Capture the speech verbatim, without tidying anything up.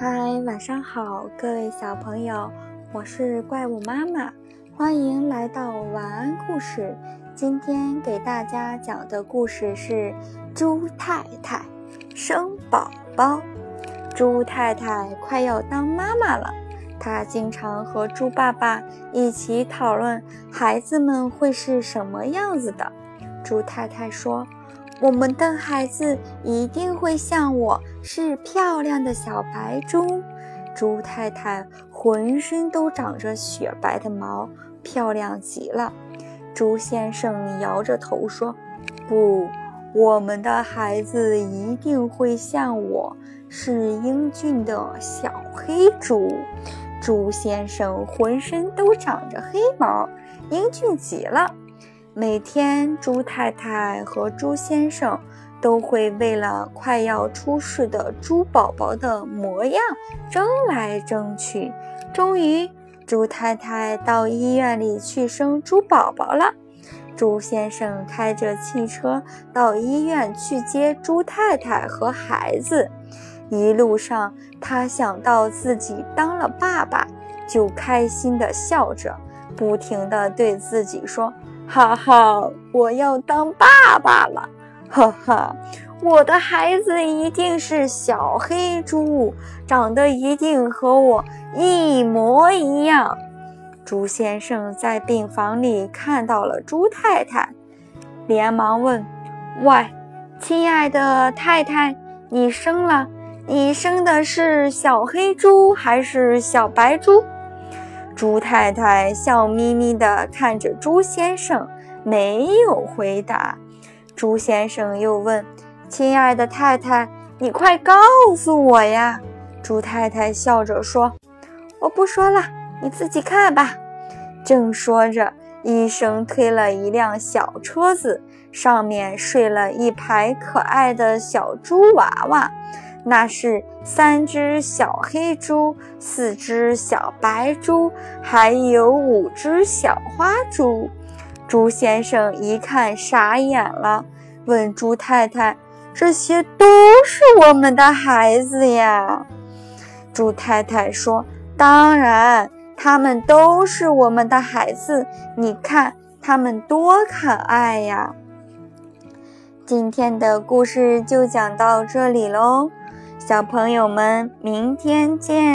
嗨，晚上好，各位小朋友，我是怪物妈妈，欢迎来到晚安故事。今天给大家讲的故事是猪太太生宝宝。猪太太快要当妈妈了，她经常和猪爸爸一起讨论孩子们会是什么样子的。猪太太说，我们的孩子一定会像我，是漂亮的小白猪。猪太太浑身都长着雪白的毛，漂亮极了。猪先生摇着头说，不，我们的孩子一定会像我，是英俊的小黑猪。猪先生浑身都长着黑毛，英俊极了。每天猪太太和猪先生都会为了快要出世的猪宝宝的模样争来争去。终于猪太太到医院里去生猪宝宝了。猪先生开着汽车到医院去接猪太太和孩子。一路上他想到自己当了爸爸，就开心地笑着，不停地对自己说，哈哈，我要当爸爸了，哈哈，我的孩子一定是小黑猪，长得一定和我一模一样。猪先生在病房里看到了猪太太，连忙问，喂，亲爱的太太，你生了，你生的是小黑猪还是小白猪？猪太太笑眯眯地看着猪先生，没有回答。猪先生又问，亲爱的太太，你快告诉我呀。猪太太笑着说，我不说了，你自己看吧。正说着，医生推了一辆小车子，上面睡了一排可爱的小猪娃娃，那是三只小黑猪，四只小白猪，还有五只小花猪。猪先生一看傻眼了，问猪太太，这些都是我们的孩子呀？猪太太说，当然，他们都是我们的孩子，你看他们多可爱呀。今天的故事就讲到这里咯，小朋友们，明天见。